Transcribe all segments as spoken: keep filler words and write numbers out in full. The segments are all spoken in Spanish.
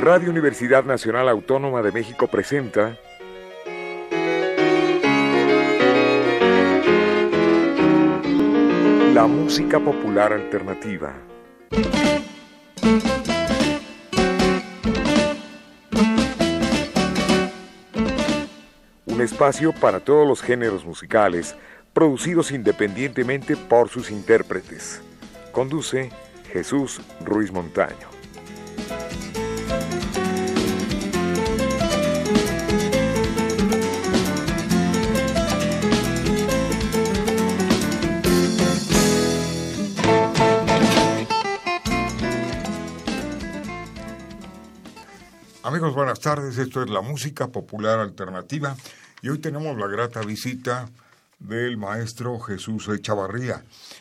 Radio Universidad Nacional Autónoma de México presenta la música popular alternativa. Un espacio para todos los géneros musicales, producidos independientemente por sus intérpretes. Conduce Jesús Ruiz Montaño. Amigos, buenas tardes. Esto es la música popular alternativa y hoy tenemos la grata visita del maestro Jesús Echavarría.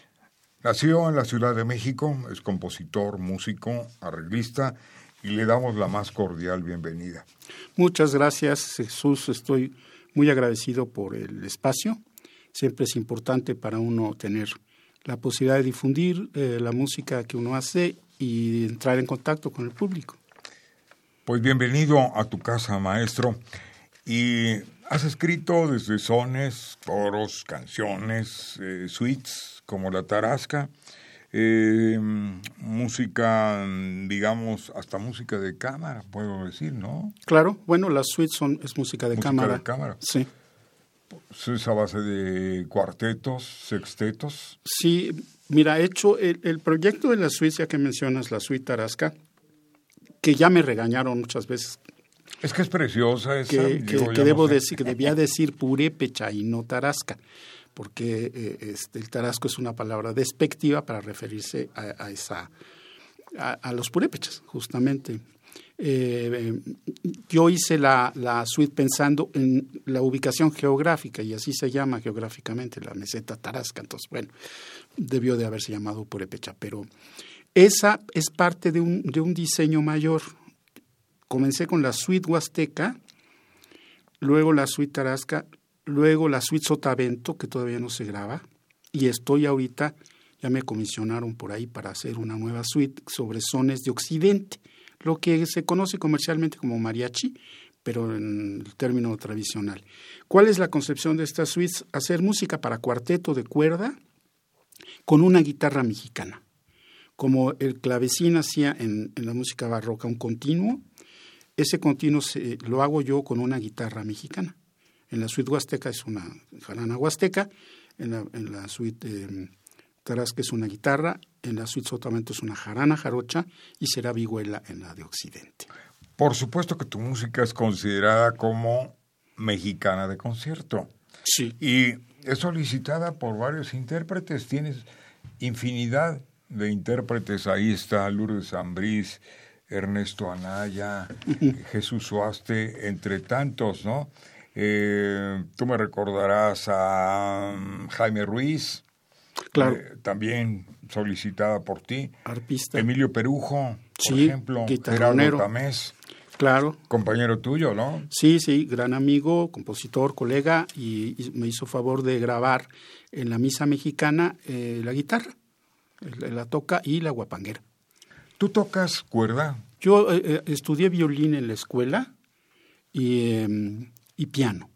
Nació en la Ciudad de México, es compositor, músico, arreglista y le damos la más cordial bienvenida. Muchas gracias, Jesús. Estoy muy agradecido por el espacio. Siempre es importante para uno tener la posibilidad de difundir eh, la música que uno hace y entrar en contacto con el público. Pues bienvenido a tu casa, maestro. Y has escrito desde sones, coros, canciones, eh, suites como La Tarasca, eh, música, digamos, hasta música de cámara, puedo decir, ¿no? Claro, bueno, las suites son es música de música cámara. de cámara. Sí. ¿Es a base de cuartetos, sextetos? Sí, mira, he hecho el, el proyecto de la suite, ya que mencionas la suite Tarasca, que ya me regañaron muchas veces. Es que es preciosa esa. Que, digo, que, que debo no sé. decir, que debía decir purépecha y no tarasca, porque eh, este, el tarasco es una palabra despectiva para referirse a, a esa a, a los purépechas, justamente. Eh, yo hice la, la suite pensando en la ubicación geográfica, y así se llama geográficamente la meseta Tarasca. Entonces, bueno, debió de haberse llamado purépecha, pero esa es parte de un, de un diseño mayor. Comencé con la suite huasteca, luego la suite Tarasca, luego la suite Sotavento, que todavía no se graba, y estoy ahorita, ya me comisionaron por ahí para hacer una nueva suite sobre sones de Occidente, lo que se conoce comercialmente como mariachi, pero en el término tradicional. ¿Cuál es la concepción de estas suites? Hacer música para cuarteto de cuerda con una guitarra mexicana. Como el clavecín hacía en, en la música barroca un continuo, ese continuo se, lo hago yo con una guitarra mexicana. En la suite huasteca es una jarana huasteca, en la, en la suite eh, Tarasca es una guitarra, en la suite Sotavento es una jarana jarocha y será vihuela en la de Occidente. Por supuesto que tu música es considerada como mexicana de concierto. Sí. Y es solicitada por varios intérpretes, tienes infinidad de intérpretes. Ahí está Lourdes Ambrís, Ernesto Anaya, Jesús Suaste, entre tantos, ¿no? Eh, tú me recordarás a um, Jaime Ruiz, claro, eh, también solicitada por ti. Arpista. Emilio Perujo, por sí, ejemplo. Gerardo Tamés. Claro. Compañero tuyo, ¿no? Sí, sí, gran amigo, compositor, colega, y, y me hizo favor de grabar en la misa mexicana eh, la guitarra, la toca y la guapanguera. ¿Tú tocas cuerda? Yo eh, estudié violín en la escuela y, eh, y piano,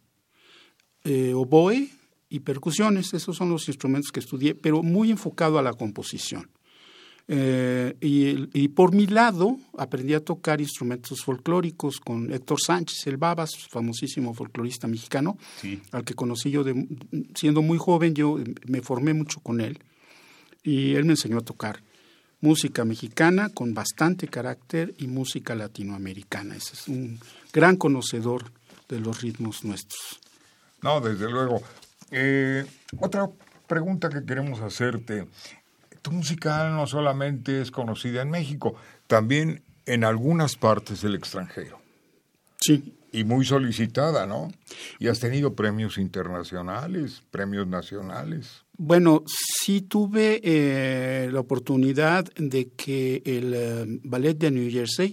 eh, oboe y percusiones. Esos son los instrumentos que estudié, pero muy enfocado a la composición. Eh, y, y por mi lado aprendí a tocar instrumentos folclóricos con Héctor Sánchez, el Babas, famosísimo folclorista mexicano, sí, al que conocí yo de, siendo muy joven. Yo me formé mucho con él y él me enseñó a tocar música mexicana con bastante carácter y música latinoamericana. Ese es un gran conocedor de los ritmos nuestros. No, desde luego. Eh, otra pregunta que queremos hacerte. Tu música no solamente es conocida en México, también en algunas partes del extranjero. Sí. Y muy solicitada, ¿no? Y has tenido premios internacionales, premios nacionales. Bueno, sí tuve eh, la oportunidad de que el eh, Ballet de New Jersey,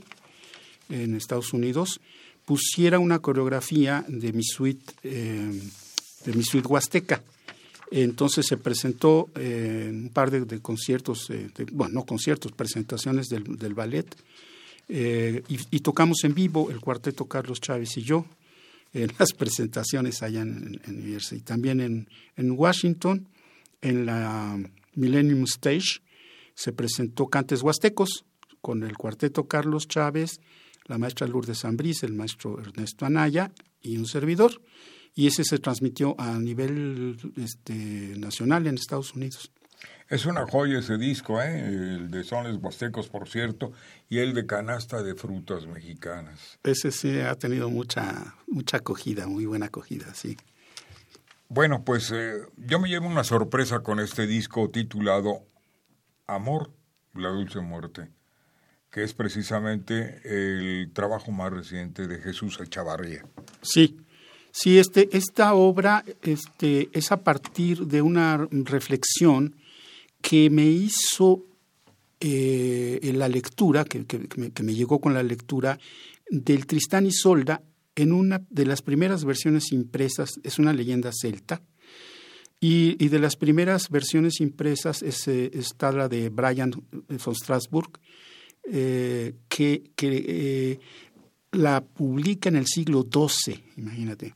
en Estados Unidos, pusiera una coreografía de mi suite, eh, de mi suite huasteca. Entonces se presentó eh, un par de, de conciertos, eh, de, bueno, no conciertos, presentaciones del, del ballet Eh, y, y tocamos en vivo el cuarteto Carlos Chávez y yo en las presentaciones allá en, en New Jersey. También en, en Washington, en la Millennium Stage, se presentó Cantes Huastecos con el cuarteto Carlos Chávez, la maestra Lourdes Ambrís, el maestro Ernesto Anaya y un servidor. Y ese se transmitió a nivel este, nacional en Estados Unidos. Es una joya ese disco, ¿eh? El de Sones Huastecos, por cierto, y el de Canasta de Frutas Mexicanas. Ese sí ha tenido mucha mucha acogida, muy buena acogida, sí. Bueno, pues eh, yo me llevo una sorpresa con este disco titulado Amor, la dulce muerte, que es precisamente el trabajo más reciente de Jesús Echavarría. Sí, sí, este, esta obra este, es a partir de una reflexión que me hizo eh, en la lectura, que, que, que, me, que me llegó con la lectura del Tristán y Isolda en una de las primeras versiones impresas, es una leyenda celta, y, y de las primeras versiones impresas es, eh, está la de Brian von Strasbourg, eh, que, que eh, la publica en el siglo doce, imagínate.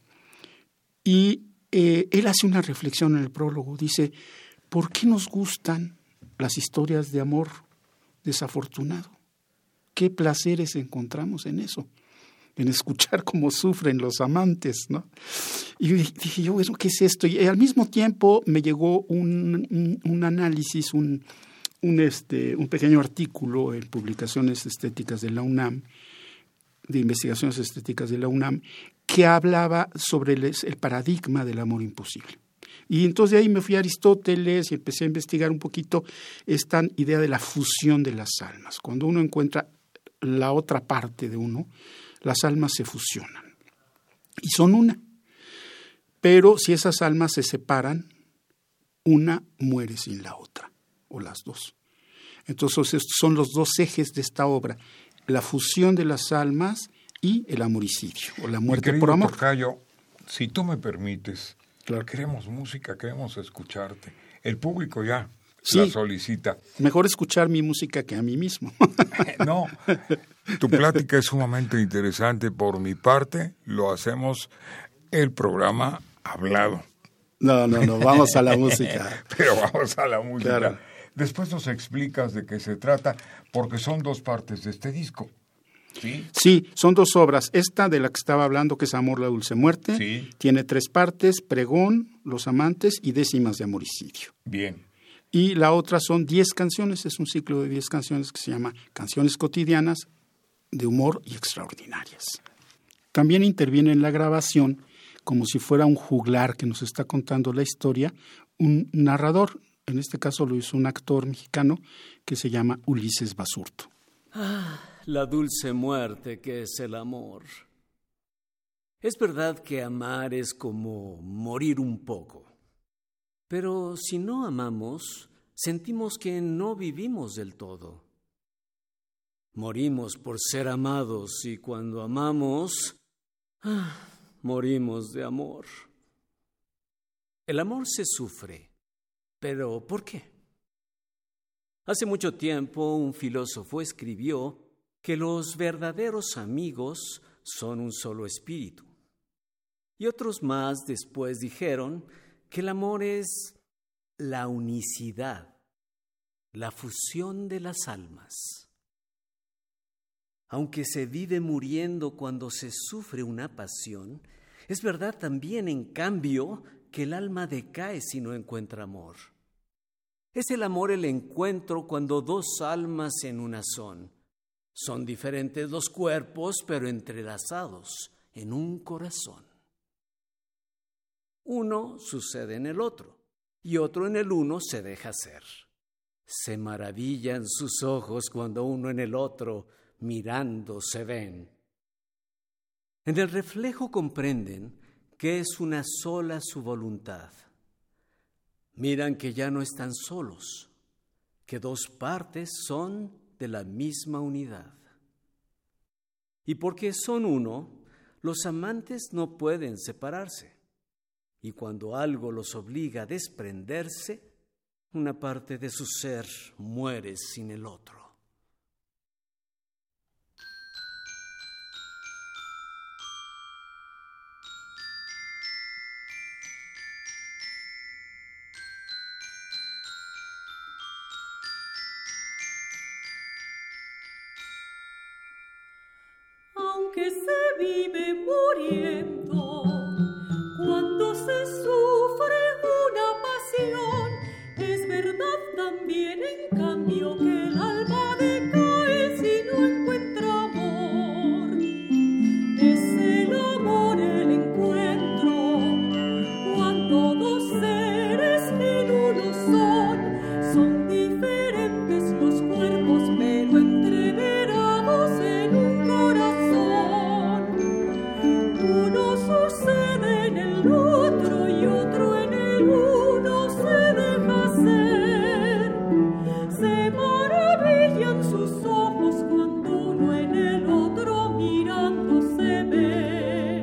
Y eh, él hace una reflexión en el prólogo, dice, ¿por qué nos gustan las historias de amor desafortunado? ¿Qué placeres encontramos en eso? En escuchar cómo sufren los amantes, ¿no? Y dije yo, bueno, ¿qué es esto? Y al mismo tiempo me llegó un, un, un análisis, un, un, este, un pequeño artículo en Publicaciones Estéticas de la UNAM, de Investigaciones Estéticas de la UNAM, que hablaba sobre el, el paradigma del amor imposible. Y entonces de ahí me fui a Aristóteles y empecé a investigar un poquito esta idea de la fusión de las almas. Cuando uno encuentra la otra parte de uno, las almas se fusionan y son una. Pero si esas almas se separan, una muere sin la otra, o las dos. Entonces estos son los dos ejes de esta obra, la fusión de las almas y el amoricidio, o la muerte por amor. Tocayo, si tú me permites, claro. Queremos música, queremos escucharte. El público ya sí, la solicita. Mejor escuchar mi música que a mí mismo. No, tu plática es sumamente interesante. Por mi parte, lo hacemos el programa hablado. No, no, no, vamos a la música. Pero vamos a la música. Claro. Después nos explicas de qué se trata, porque son dos partes de este disco. ¿Sí? Sí, son dos obras. Esta de la que estaba hablando, que es Amor, la dulce muerte, sí. Tiene tres partes, Pregón, Los amantes y Décimas de amoricidio. Bien. Y la otra son diez canciones, es un ciclo de diez canciones que se llama Canciones cotidianas, de humor y extraordinarias. También interviene en la grabación, como si fuera un juglar que nos está contando la historia, un narrador, en este caso lo hizo un actor mexicano que se llama Ulises Basurto. Ah, la dulce muerte que es el amor. Es verdad que amar es como morir un poco. Pero si no amamos, sentimos que no vivimos del todo. Morimos por ser amados y cuando amamos, ah, morimos de amor. El amor se sufre, pero ¿por qué? Hace mucho tiempo un filósofo escribió que los verdaderos amigos son un solo espíritu. Y otros más después dijeron que el amor es la unicidad, la fusión de las almas. Aunque se vive muriendo cuando se sufre una pasión, es verdad también, en cambio, que el alma decae si no encuentra amor. Es el amor el encuentro cuando dos almas en una son. Son diferentes los cuerpos, pero entrelazados en un corazón. Uno sucede en el otro, y otro en el uno se deja ser. Se maravillan sus ojos cuando uno en el otro, mirando, se ven. En el reflejo comprenden que es una sola su voluntad. Miran que ya no están solos, que dos partes son de la misma unidad. Y porque son uno, los amantes no pueden separarse. Y cuando algo los obliga a desprenderse, una parte de su ser muere sin el otro. porque se vive muriendo. Cuando se sufre una pasión, es verdad también en cambio que el alma decae si no encuentra amor. Es el amor el encuentro, cuando dos seres en uno son, son diferentes los cuerpos, pero entreverados en un corazón. Uno sucede en el otro y otro en el uno se deja ser. Se maravillan sus ojos cuando uno en el otro mirando se ve.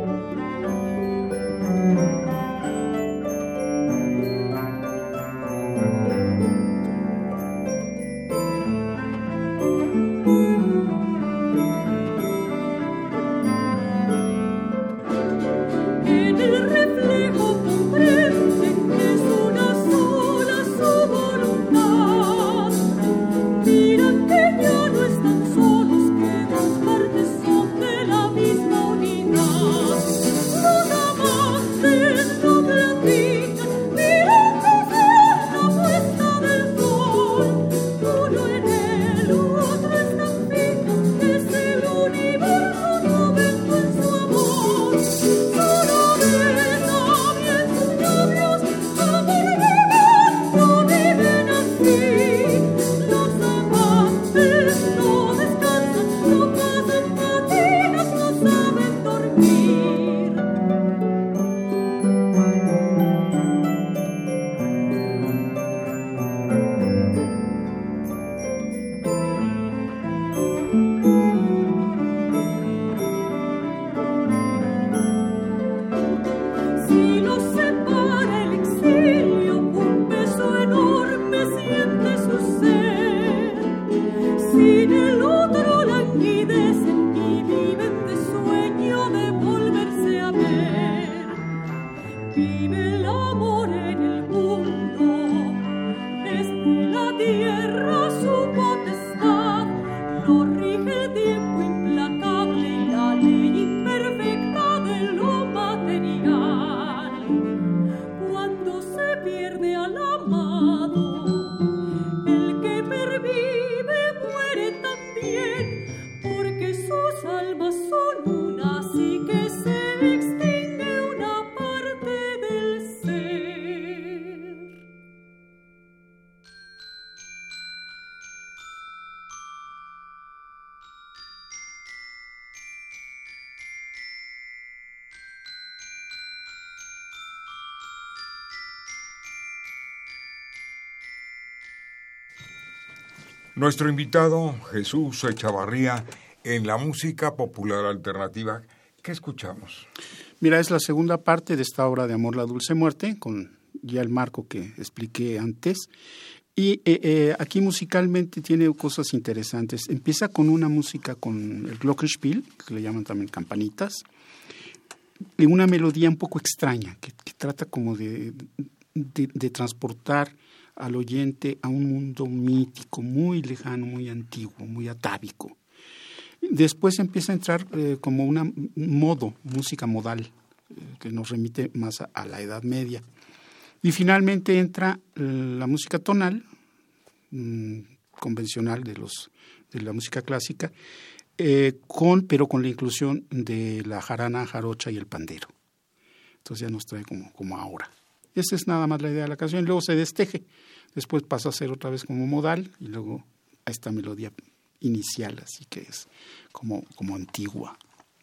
En el reflejo comprenden que es una sola su voluntad. Miran que ya no están solos, que dos partes son de la misma unidad. Los amantes no platican, mirándose a la puesta del sol. Uno en el otro están fijos, es el universo novento en su amor. Solo besan bien sus labios, amor verdad, no viven así. Los amantes no descansan, no pasan fatigas, no saben dormir. Si los separa el exilio, un peso enorme siente su ser. Sin el otro languidecen y viven de sueño de volverse a ver. Vive el amor en el mundo, desde la tierra su potestad. Lo rige el tiempo implacable y la ley imperfecta de lo material. Cuando se pierde al amado, el que pervive muere también, porque sus almas son una, así que se extingue una parte del ser. Nuestro invitado, Jesús Echavarría, en la música popular alternativa. ¿Qué escuchamos? Mira, es la segunda parte de esta obra de Amor, la dulce muerte, con ya el marco que expliqué antes. Y eh, eh, aquí musicalmente tiene cosas interesantes. Empieza con una música con el glockenspiel, que le llaman también campanitas, y una melodía un poco extraña, que, que trata como de, de, de transportar al oyente a un mundo mítico, muy lejano, muy antiguo, muy atávico. Después empieza a entrar eh, como una, un modo, música modal, eh, que nos remite más a, a la Edad Media. Y finalmente entra eh, la música tonal, mmm, convencional de, los, de la música clásica, eh, con, pero con la inclusión de la jarana, jarocha y el pandero. Entonces ya nos trae como, como ahora. Esa es nada más la idea de la canción. Luego se desteje. Después pasa a ser otra vez como modal y luego a esta melodía inicial, así que es como, como antigua.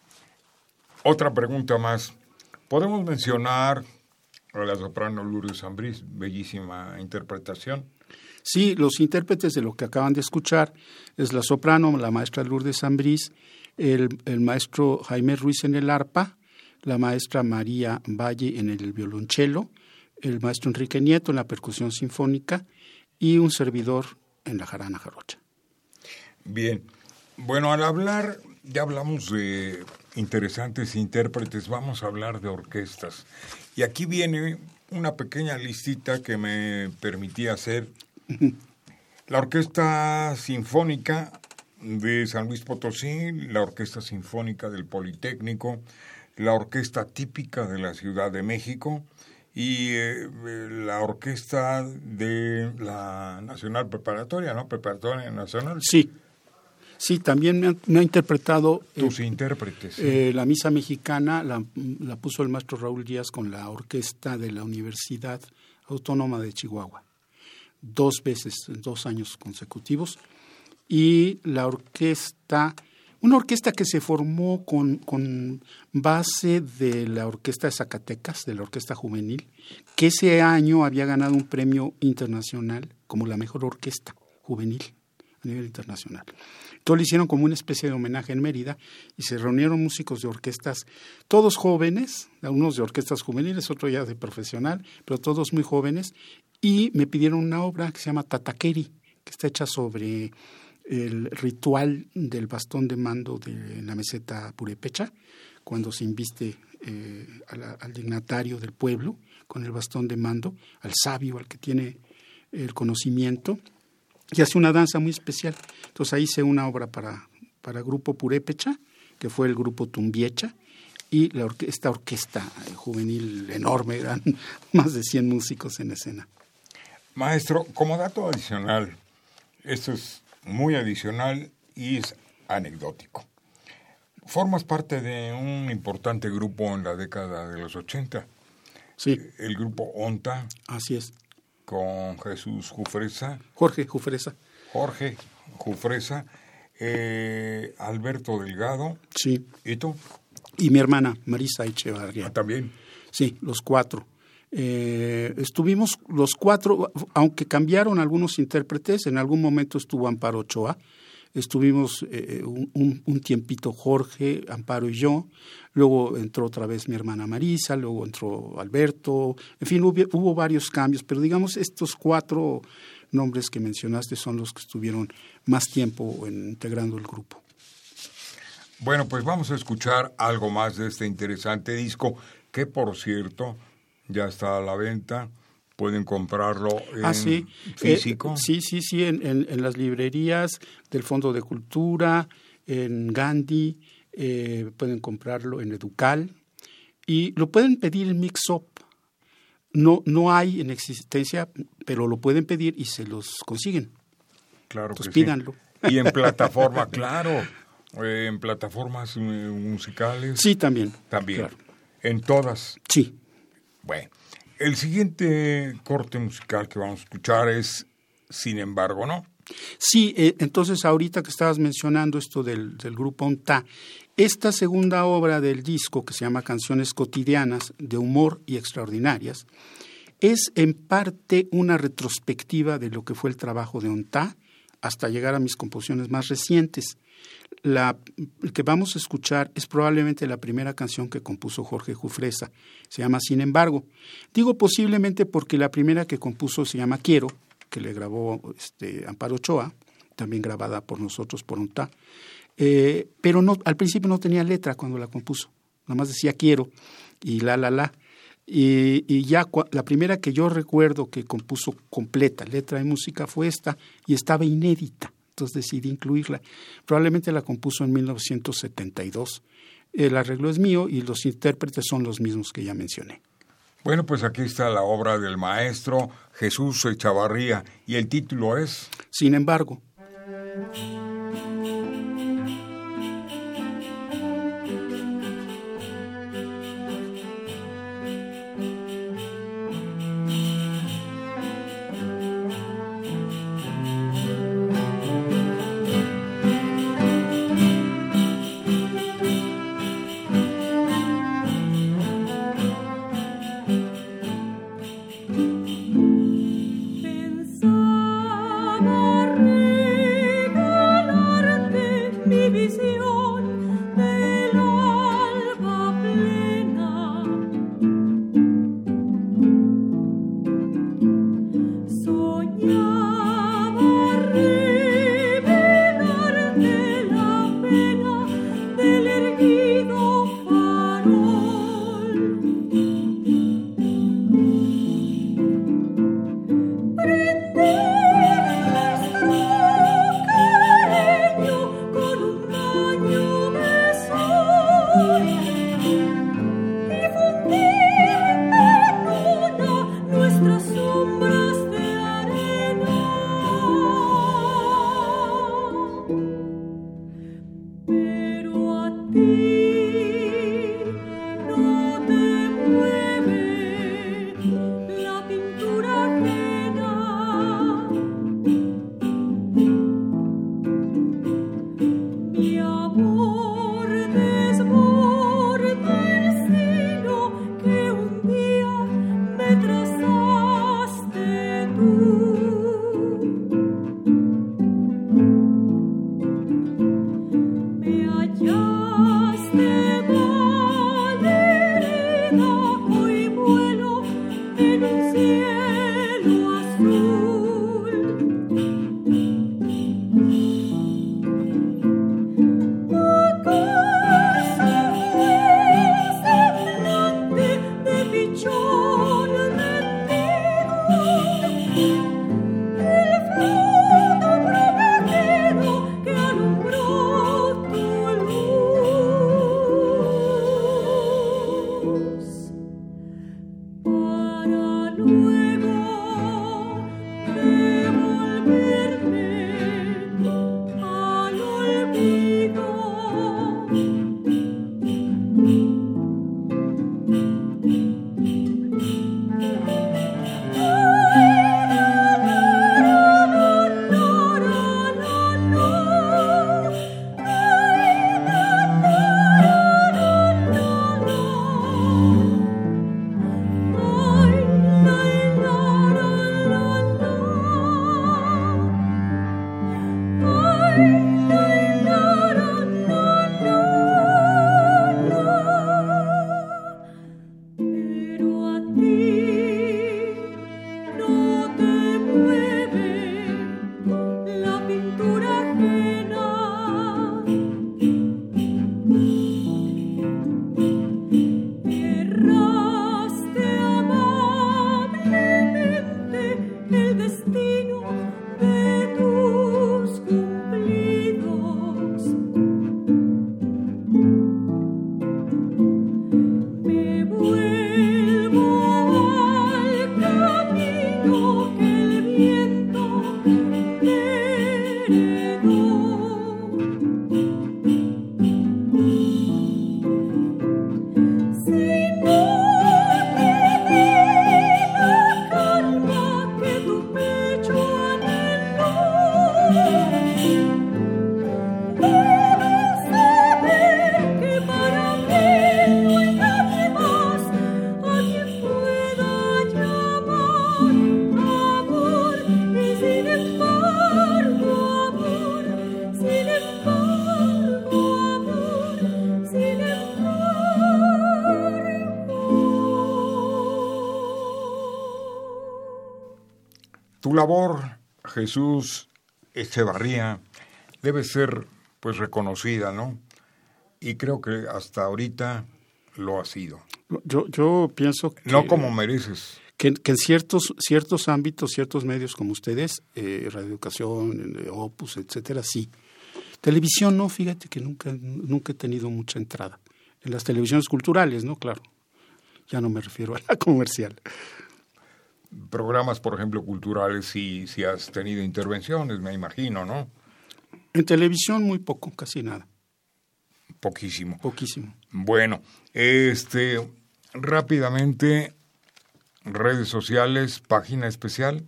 Otra pregunta más. ¿Podemos mencionar a la soprano Lourdes Ambrís? Bellísima interpretación. Sí, los intérpretes de lo que acaban de escuchar es la soprano, la maestra Lourdes Ambrís, el, el maestro Jaime Ruiz en el arpa, la maestra María Valle en el violonchelo, el maestro Enrique Nieto en la percusión sinfónica y un servidor en la jarana jarocha. Bien. Bueno, al hablar, ya hablamos de interesantes intérpretes, vamos a hablar de orquestas. Y aquí viene una pequeña listita que me permitía hacer. La Orquesta Sinfónica de San Luis Potosí, la Orquesta Sinfónica del Politécnico, la Orquesta Típica de la Ciudad de México y eh, la Orquesta de la Nacional Preparatoria, ¿no? Preparatoria Nacional. Sí, sí, también me ha, me ha interpretado... Tus eh, intérpretes. Sí. Eh, la Misa Mexicana la, la puso el maestro Raúl Díaz con la orquesta de la Universidad Autónoma de Chihuahua, dos veces, en dos años consecutivos. Y la orquesta, una orquesta que se formó con, con base de la Orquesta de Zacatecas, de la Orquesta Juvenil, que ese año había ganado un premio internacional como la mejor orquesta juvenil a nivel internacional. Entonces le hicieron como una especie de homenaje en Mérida y se reunieron músicos de orquestas, todos jóvenes, algunos de orquestas juveniles, otros ya de profesional, pero todos muy jóvenes, y me pidieron una obra que se llama Tatakeri, que está hecha sobre el ritual del bastón de mando de la meseta purépecha, cuando se inviste eh, a la, al dignatario del pueblo con el bastón de mando, al sabio, al que tiene el conocimiento, y hace una danza muy especial. Entonces ahí hice una obra para, para grupo purépecha, que fue el grupo Tumbiecha, y la orque- esta orquesta juvenil enorme, eran más de cien músicos en escena. Maestro, como dato adicional, esto es muy adicional y es anecdótico. Formas parte de un importante grupo en la década de los ochenta. Sí, El grupo ONTA, así es. con Jesús Jufresa, Jorge Jufresa. Jorge Jufresa, eh, Alberto Delgado, Sí, ¿y tú? y mi hermana Marisa Ah, Echevarría. también. Sí, los cuatro. Eh, estuvimos los cuatro, aunque cambiaron algunos intérpretes, en algún momento estuvo Amparo Ochoa, estuvimos eh, un, un, un tiempito Jorge, Amparo y yo, luego entró otra vez mi hermana Marisa, luego entró Alberto, en fin, hubo, hubo varios cambios, pero digamos estos cuatro nombres que mencionaste son los que estuvieron más tiempo en, integrando el grupo. Bueno, pues vamos a escuchar algo más de este interesante disco, que por cierto ya está a la venta. Pueden comprarlo en ah, sí. físico. Eh, sí, sí, sí, en, en, en las librerías del Fondo de Cultura, en Gandhi, eh, pueden comprarlo en Educal y lo pueden pedir en Mix-Up. No, no hay en existencia, pero lo pueden pedir y se los consiguen. Claro Entonces que pídanlo. Sí. Y en plataforma, claro, eh, en plataformas eh, musicales. Sí, también. También. Claro. En todas. Sí. Bueno, el siguiente corte musical que vamos a escuchar es Sin embargo, ¿no? Sí, eh, entonces ahorita que estabas mencionando esto del, del grupo ONTA, esta segunda obra del disco, que se llama Canciones Cotidianas, de Humor y Extraordinarias, es en parte una retrospectiva de lo que fue el trabajo de ONTA hasta llegar a mis composiciones más recientes. La que vamos a escuchar es probablemente la primera canción que compuso Jorge Jufresa, se llama Sin embargo. Digo posiblemente porque la primera que compuso se llama Quiero, que le grabó este, Amparo Ochoa, también grabada por nosotros por ONTA, eh, pero no, al principio no tenía letra cuando la compuso, nada más decía quiero y la, la, la. Y, y ya la primera que yo recuerdo que compuso completa, letra y música, fue esta y estaba inédita. Entonces decidí incluirla. Probablemente la compuso en mil novecientos setenta y dos. El arreglo es mío y los intérpretes son los mismos que ya mencioné. Bueno, pues aquí está la obra del maestro Jesús Echevarría y el título es... Sin embargo. Pensaba Tu labor, Jesús Echevarría, debe ser pues reconocida, ¿no? Y creo que hasta ahorita lo ha sido. Yo, yo pienso que... No como mereces. Que, que en ciertos, ciertos ámbitos, ciertos medios como ustedes, eh, radioeducación, eh, Opus, etcétera, sí. Televisión no, fíjate que nunca, nunca he tenido mucha entrada. En las televisiones culturales, ¿no? Claro. Ya no me refiero a la comercial. Programas, por ejemplo, culturales, sí, sí has tenido intervenciones, me imagino, ¿no? En televisión muy poco, casi nada. Poquísimo. Poquísimo. Bueno, este, rápidamente, redes sociales, página especial.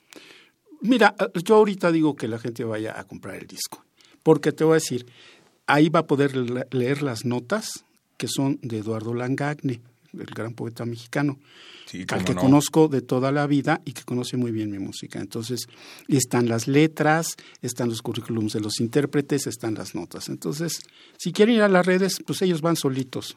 Mira, yo ahorita digo que la gente vaya a comprar el disco, porque te voy a decir, ahí va a poder leer las notas que son de Eduardo Langagne, el gran poeta mexicano, sí, al que no. conozco de toda la vida y que conoce muy bien mi música. Entonces, están las letras, están los currículums de los intérpretes, están las notas. Entonces, si quieren ir a las redes, pues ellos van solitos.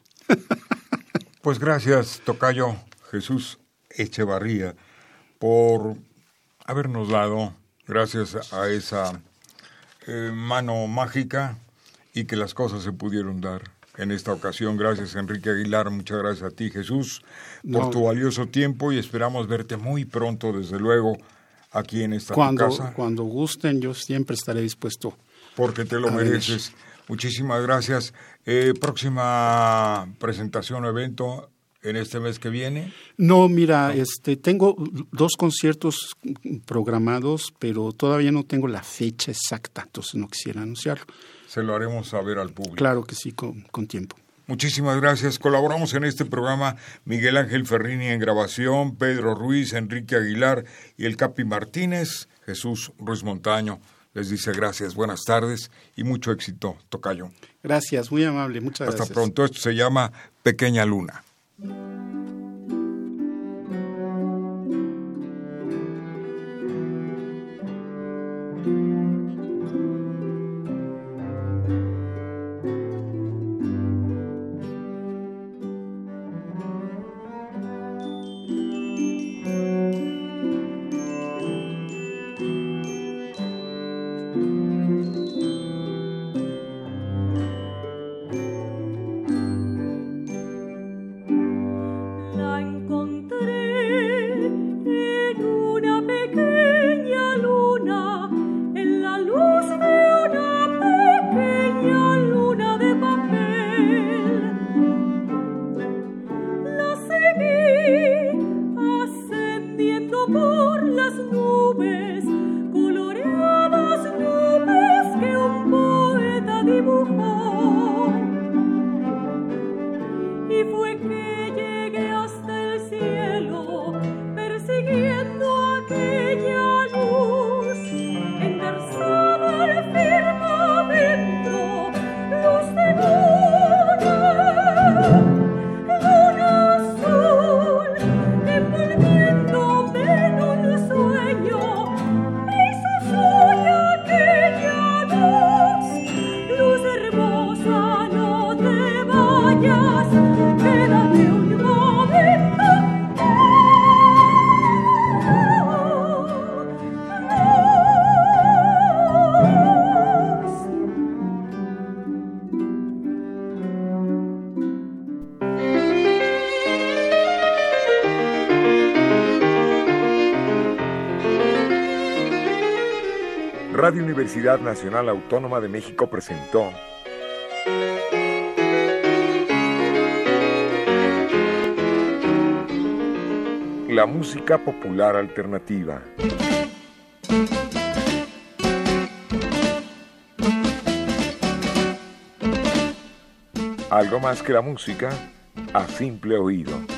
Pues gracias, tocayo Jesús Echevarría, por habernos dado, gracias a esa eh, mano mágica, y que las cosas se pudieron dar en esta ocasión. Gracias, Enrique Aguilar. Muchas gracias a ti, Jesús, por No. tu valioso tiempo, y esperamos verte muy pronto, desde luego, aquí en esta Cuando, tu casa. cuando gusten, yo siempre estaré dispuesto. Porque te lo a mereces. venir. Muchísimas gracias. Eh, próxima presentación o evento en este mes que viene. No, mira, este, tengo dos conciertos programados, pero todavía no tengo la fecha exacta, entonces no quisiera anunciarlo. Se lo haremos saber al público. Claro que sí, con, con tiempo. Muchísimas gracias. Colaboramos en este programa Miguel Ángel Ferrini en grabación, Pedro Ruiz, Enrique Aguilar y el Capi Martínez. Jesús Ruiz Montaño les dice gracias, buenas tardes y mucho éxito, tocayo. Gracias, muy amable, muchas Hasta gracias. pronto. Esto se llama Pequeña Luna. La encontré en una pequeña luna, en la luz de una pequeña luna de papel. La seguí ascendiendo por las nubes, coloreadas nubes que un poeta dibujó. Y fue que llegué hasta el cielo, persiguiendo aquella luz, engarzada al firmamento, luz de luna, luna azul, envolviéndome en un sueño, me hizo suya aquella luz, luz hermosa, no te vayas. Quédate un momento. Radio Universidad Nacional Autónoma de México presentó la música popular alternativa. Algo más que la música a simple oído.